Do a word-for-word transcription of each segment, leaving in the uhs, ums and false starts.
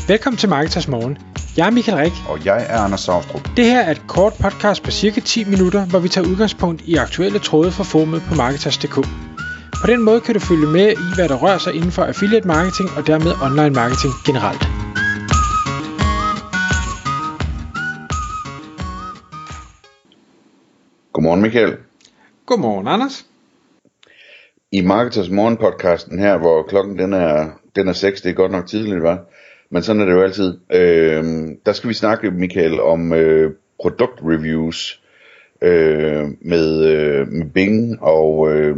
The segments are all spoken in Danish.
Velkommen til Marketers Morgen. Jeg er Michael Rik. Og jeg er Anders Saustrup. Det her er et kort podcast på cirka ti minutter, hvor vi tager udgangspunkt i aktuelle tråde fra forumet på Marketers punktum d k. På den måde kan du følge med i, hvad der rører sig inden for affiliate marketing og dermed online marketing generelt. Godmorgen Michael. Godmorgen Anders. I Marketers Morgen podcasten her, hvor klokken den er, den er seks, det er godt nok tidligt, var. Men sådan er det jo altid. Øh, der skal vi snakke, Michael, om øh, produktreviews øh, med, øh, med Bing, og øh,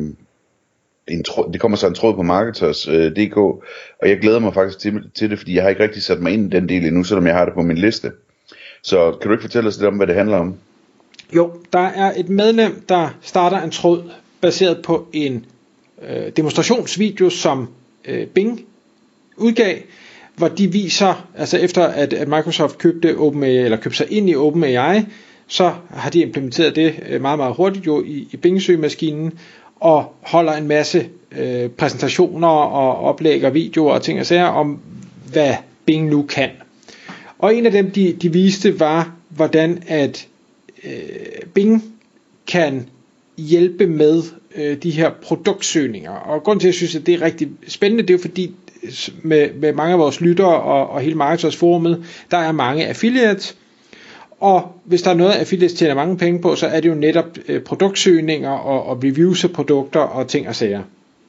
en tråd, det kommer så en tråd på Marketers punktum d k, og jeg glæder mig faktisk til, til det, fordi jeg har ikke rigtig sat mig ind i den del endnu, selvom jeg har det på min liste. Så kan du ikke fortælle os lidt om, hvad det handler om? Jo, der er et medlem, der starter en tråd baseret på en øh, demonstrationsvideo, som øh, Bing udgav, hvor de viser, altså efter at, at Microsoft købte OpenAI, eller købte sig ind i OpenAI, så har de implementeret det meget, meget hurtigt jo i, i Bing-søgemaskinen, og holder en masse øh, præsentationer og oplæg og videoer og ting og sager om, hvad Bing nu kan. Og en af dem, de, de viste, var, hvordan at øh, Bing kan hjælpe med øh, de her produktsøgninger. Og grunden til, at jeg synes, at det er rigtig spændende, det er jo fordi, med, med mange af vores lyttere og, og hele Marketers forumet, der er mange affiliates, og hvis der er noget, affiliates tjener mange penge på, så er det jo netop øh, produktsøgninger og, og reviews af produkter og ting og sager.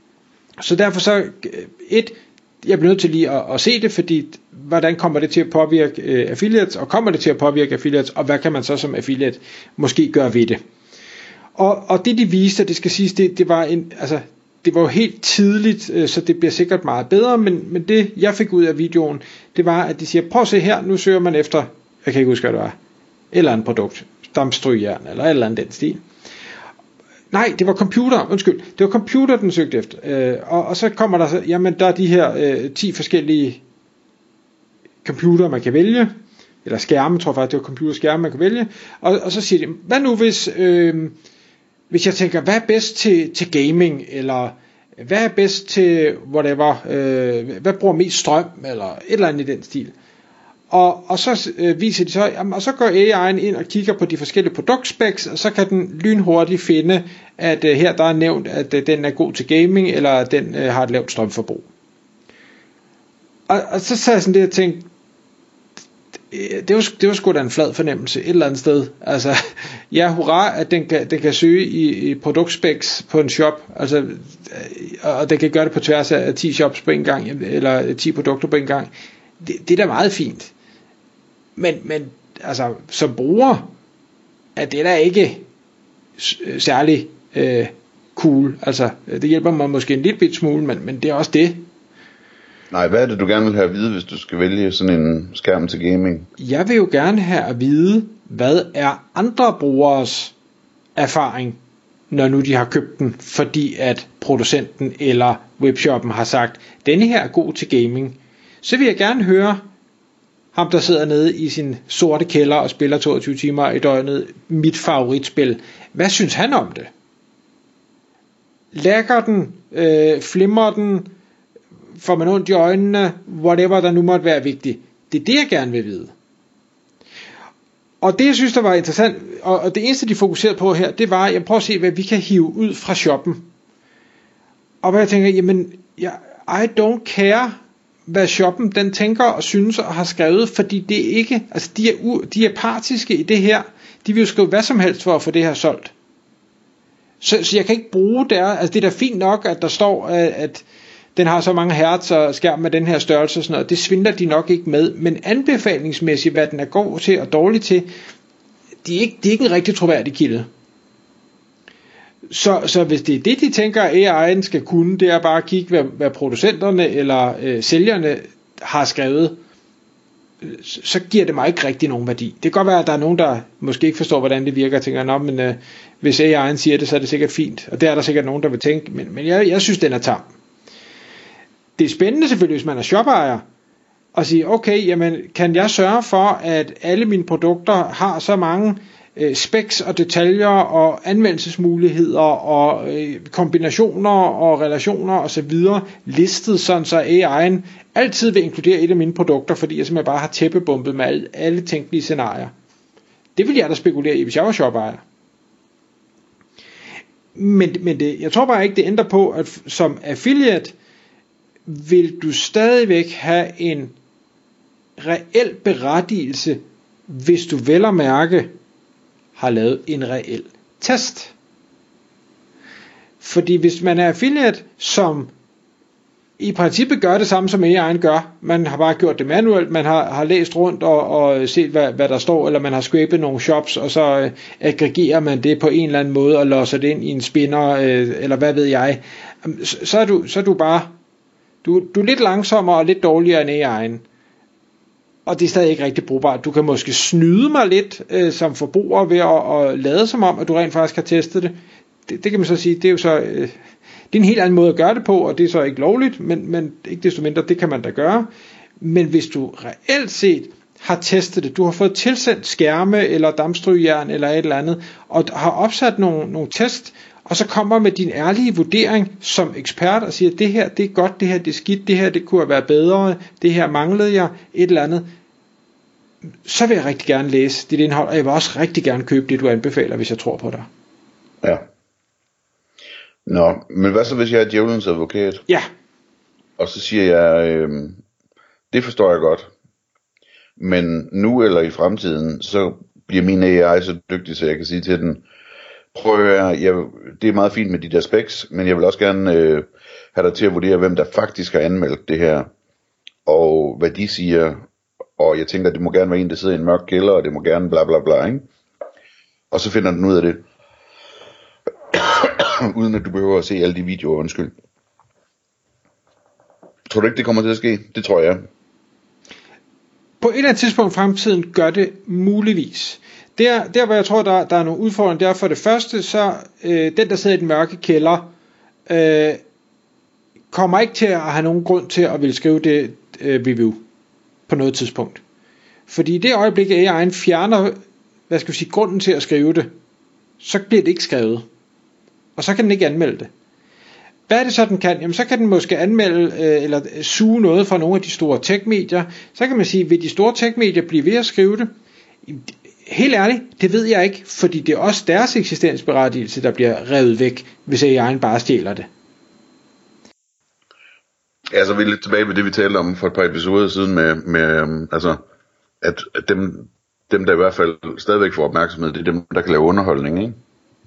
Så derfor så, et, jeg bliver nødt til lige at, at se det, fordi hvordan kommer det til at påvirke øh, affiliates, og kommer det til at påvirke affiliates, og hvad kan man så som affiliate måske gøre ved det. Og, og det de viste, det skal siges, det, det var en, altså det var jo helt tidligt, så det bliver sikkert meget bedre, men, men det jeg fik ud af videoen, det var, at de siger, prøv at se her, nu søger man efter, jeg kan ikke huske, hvad det var, eller en produkt, dampstrygejern, eller et eller andet den stil. Nej, det var computer, undskyld, det var computer, den søgte efter, øh, og, og så kommer der, jamen der er de her øh, ti forskellige computer, man kan vælge, eller skærme, tror jeg faktisk, det var computerskærme, man kan vælge, og, og så siger de, hvad nu hvis... Øh, Hvis jeg tænker, hvad er bedst til, til gaming, eller hvad er bedst til whatever, øh, hvad bruger mest strøm, eller et eller andet i den stil. Og, og så øh, viser de så, jamen, og så går A I'en ind og kigger på de forskellige produktspecs, og så kan den lynhurtigt finde, at øh, her der er nævnt, at øh, den er god til gaming, eller at den øh, har et lavt strømforbrug. Og, og så sad jeg sådan det og tænkte, det var, det var sgu da en flad fornemmelse et eller andet sted. Altså, ja, hurra, at den kan, den kan søge i, i produktspecs på en shop, altså, og den kan gøre det på tværs af ti shops på en gang, eller ti produkter på en gang. Det, det er da meget fint. Men, men altså, som bruger, er det da ikke særlig øh, cool. Altså, det hjælper mig måske en lille bit smule, men, men det er også det. Nej, hvad er det, du gerne vil have at vide, hvis du skal vælge sådan en skærm til gaming? Jeg vil jo gerne have at vide, hvad er andre brugeres erfaring, når nu de har købt den, fordi at producenten eller webshoppen har sagt, denne her er god til gaming. Så vil jeg gerne høre ham, der sidder nede i sin sorte kælder og spiller toogtyve timer i døgnet, mit favoritspil. Hvad synes han om det? Lækker den? Øh, flimrer den? Får man ondt i øjnene, whatever der nu måtte være vigtigt. Det er det, jeg gerne vil vide. Og det, jeg synes, der var interessant, og det eneste, de fokuserede på her, det var, at jeg prøver at se, hvad vi kan hive ud fra shoppen. Og hvad jeg tænker, jamen, jeg, I don't care, hvad shoppen, den tænker og synes og har skrevet, fordi det er ikke, altså de er, u, de er partiske i det her. De vil jo skrive hvad som helst for at få det her solgt. Så, så jeg kan ikke bruge det, altså det er da fint nok, at der står, at, at den har så mange hertz og skærm med den her størrelse og sådan noget. Det svindler de nok ikke med. Men anbefalingsmæssigt, hvad den er god til og dårlig til, det er ikke, det er ikke en rigtig troværdig kilde. Så, så hvis det er det, de tænker, at A I'en skal kunne, det er bare at kigge, hvad, hvad producenterne eller øh, sælgerne har skrevet, så giver det mig ikke rigtig nogen værdi. Det kan godt være, at der er nogen, der måske ikke forstår, hvordan det virker, og tænker, nå, men øh, hvis A I'en siger det, så er det sikkert fint. Og det er der sikkert nogen, der vil tænke, men, men jeg, jeg synes, den er tam. Det er spændende selvfølgelig, hvis man er shopejer, og sige, okay, jamen, kan jeg sørge for, at alle mine produkter har så mange øh, specs og detaljer og anvendelsesmuligheder og øh, kombinationer og relationer osv. listet, sådan så A I'en altid vil inkludere et af mine produkter, fordi jeg simpelthen bare har tæppebumpet med alle, alle tænkelige scenarier. Det vil jeg da spekulere i, hvis jeg var shopejer. Men, men det, jeg tror bare ikke, det ændrer på, at som affiliate vil du stadigvæk have en reel berettigelse, hvis du vel at mærke har lavet en reel test. Fordi hvis man er affiliate, som i princippet gør det samme som A I'en gør, man har bare gjort det manuelt, man har, har læst rundt og, og set hvad, hvad der står, eller man har scrapet nogle shops, og så øh, aggregerer man det på en eller anden måde og låser det ind i en spinner, øh, eller hvad ved jeg, så, så, er du, så er du bare du, du er lidt langsommere og lidt dårligere end A I'en. Og det er stadig ikke rigtig brugbart. Du kan måske snyde mig lidt øh, som forbruger ved at, at lade som om, at du rent faktisk har testet det. Det, det kan man så sige, det er jo så øh, det er en helt anden måde at gøre det på, og det er så ikke lovligt, men, men ikke desto mindre, det kan man da gøre. Men hvis du reelt set har testet det, du har fået tilsendt skærme eller dampstrygjern eller et eller andet, og har opsat nogle, nogle test, og så kommer med din ærlige vurdering som ekspert og siger, det her det er godt, det her det er skidt, det her det kunne have været bedre, det her manglede jeg, et eller andet, så vil jeg rigtig gerne læse dit indhold, og jeg vil også rigtig gerne købe det, du anbefaler, hvis jeg tror på dig. Ja. Nå, men hvad så, hvis jeg er djævelens advokat? Ja. Og så siger jeg, øh, det forstår jeg godt, men nu eller i fremtiden, så bliver min A I så dygtig, så jeg kan sige til den, prøv at høre, jeg, det er meget fint med de der specs, men jeg vil også gerne øh, have dig til at vurdere, hvem der faktisk har anmeldt det her, og hvad de siger, og jeg tænker, at det må gerne være en, der sidder i en mørk kælder, og det må gerne bla bla bla, ikke? Og så finder den ud af det, uden at du behøver at se alle de videoer, undskyld. Tror du ikke, det kommer til at ske? Det tror jeg. På et eller andet tidspunkt i fremtiden gør det muligvis. Der, der hvor jeg tror, der, der er nogle udfordringer, der er for det første, så øh, den, der sidder i den mørke kælder, øh, kommer ikke til at have nogen grund til at ville skrive det øh, review på noget tidspunkt. Fordi i det øjeblik, at A I'en fjerner, hvad skal vi sige, grunden til at skrive det, så bliver det ikke skrevet. Og så kan den ikke anmelde det. Hvad er det så, den kan? Jamen, så kan den måske anmelde øh, eller suge noget fra nogle af de store tech-medier. Så kan man sige, vil de store tech-medier blive ved at skrive det? Helt ærligt, det ved jeg ikke, fordi det er også deres eksistensberettigelse, der bliver revet væk, hvis A I'en bare stjæler det. Ja, så er vi lidt tilbage ved det, vi talte om for et par episoder siden med, med um, altså, at, at dem, dem, der i hvert fald stadigvæk får opmærksomhed, det er dem, der kan lave underholdning, ikke?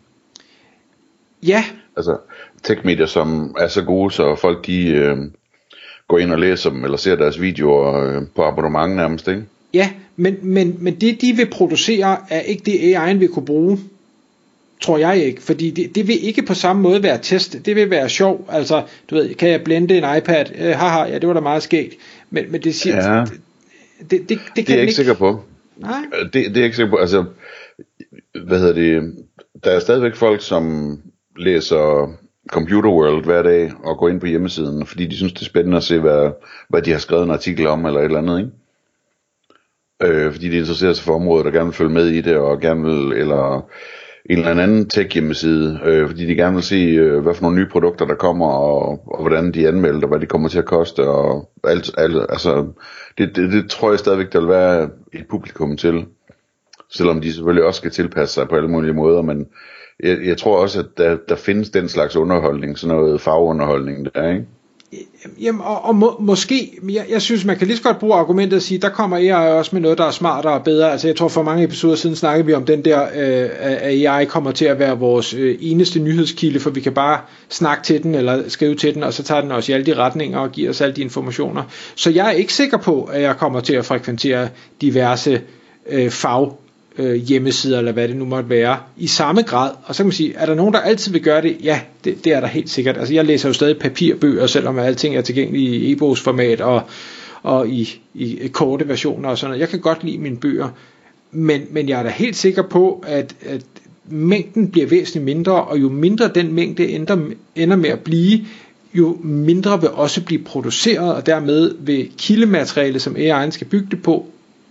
Ja. Altså, tech-medier, som er så gode, så folk de øh, går ind og læser dem, eller ser deres videoer øh, på abonnement nærmest, ikke? Ja, men, men, men det de vil producere, er ikke det A I'en vil kunne bruge, tror jeg ikke, fordi det, det vil ikke på samme måde være test, det vil være sjov, altså, du ved, kan jeg blende en iPad, øh, haha, ja, det var da meget skægt, men, men det siger, ja. det, det, det, det kan det er jeg ikke sikker på. Nej. Det, det er jeg ikke sikker på, altså, hvad hedder det, der er stadigvæk folk, som læser Computer World hver dag, og går ind på hjemmesiden, fordi de synes, det er spændende at se, hvad, hvad de har skrevet en artikel om, eller et eller andet, ikke? Øh, fordi de interesserer sig for området, og gerne vil følge med i det, og gerne vil, eller en eller anden tech hjemmeside, øh, fordi de gerne vil se, øh, hvad for nogle nye produkter der kommer, og, og hvordan de er anmeldt, og hvad de kommer til at koste, og alt, alt altså, det, det, det tror jeg stadigvæk, der vil være et publikum til, selvom de selvfølgelig også skal tilpasse sig på alle mulige måder, men jeg, jeg tror også, at der, der findes den slags underholdning, sådan noget farveunderholdning der, ikke? Jamen, og, og må, måske, jeg, jeg synes, man kan lige så godt bruge argumentet at sige, der kommer A I også med noget, der er smartere og bedre. Altså, jeg tror, for mange episoder siden snakkede vi om den der, øh, at A I kommer til at være vores øh, eneste nyhedskilde, for vi kan bare snakke til den, eller skrive til den, og så tager den os i alle de retninger og giver os alle de informationer. Så jeg er ikke sikker på, at jeg kommer til at frekventere diverse øh, fag, øh, hjemmesider, eller hvad det nu måtte være, i samme grad. Og så kan man sige, er der nogen, der altid vil gøre det? Ja, det, det er der helt sikkert. Altså, jeg læser jo stadig papirbøger, selvom alting er tilgængelige i e-bogsformat og, og i, i korte versioner og sådan noget. Jeg kan godt lide mine bøger, men, men jeg er da helt sikker på, at, at mængden bliver væsentligt mindre, og jo mindre den mængde ender, ender med at blive, jo mindre vil også blive produceret, og dermed vil kildemateriale, som A I'en skal bygge det på,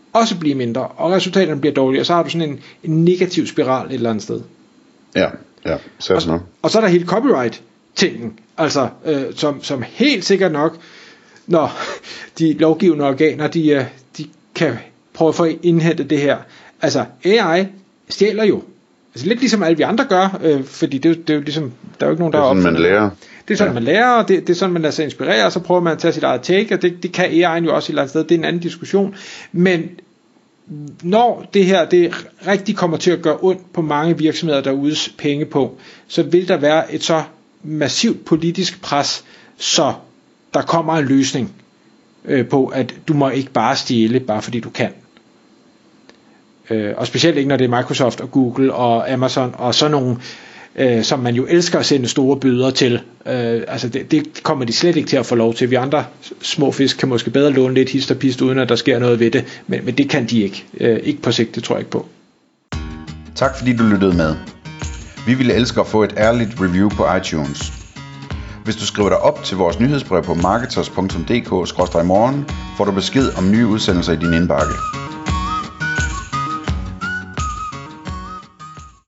også blive mindre, og resultaterne bliver dårligere, og så har du sådan en, en negativ spiral et eller andet sted. Ja, ja, så er og, og så er der hele copyright-tingen, altså, øh, som, som helt sikkert nok, når de lovgivende organer, de, de kan prøve at få indhentet det her. Altså, A I stjæler jo. Altså lidt ligesom alle vi andre gør, øh, fordi det, det er jo ligesom, der er jo ikke nogen, der det er sådan, man lærer. Det er sådan, ja. man lærer, og det, det er sådan, man lader sig inspirere, og så prøver man at tage sit eget take, og det, det kan A I'en jo også et eller andet sted, det er en anden diskussion. Men når det her, det rigtig kommer til at gøre ondt på mange virksomheder, der udes penge på, så vil der være et så massivt politisk pres, så der kommer en løsning øh, på, at du må ikke bare stjæle, bare fordi du kan. Øh, og specielt ikke, når det er Microsoft og Google og Amazon og sådan nogle, øh, som man jo elsker at sende store bøder til. Øh, altså det, det kommer de slet ikke til at få lov til. Vi andre små fisk kan måske bedre låne lidt hist og pist, uden at der sker noget ved det, men, men det kan de ikke. Øh, ikke på sigt, det tror jeg ikke på. Tak fordi du lyttede med. Vi ville elske at få et ærligt review på iTunes. Hvis du skriver dig op til vores nyhedsbrev på marketers punktum d k skråstreg morgen, får du besked om nye udsendelser i din indbakke.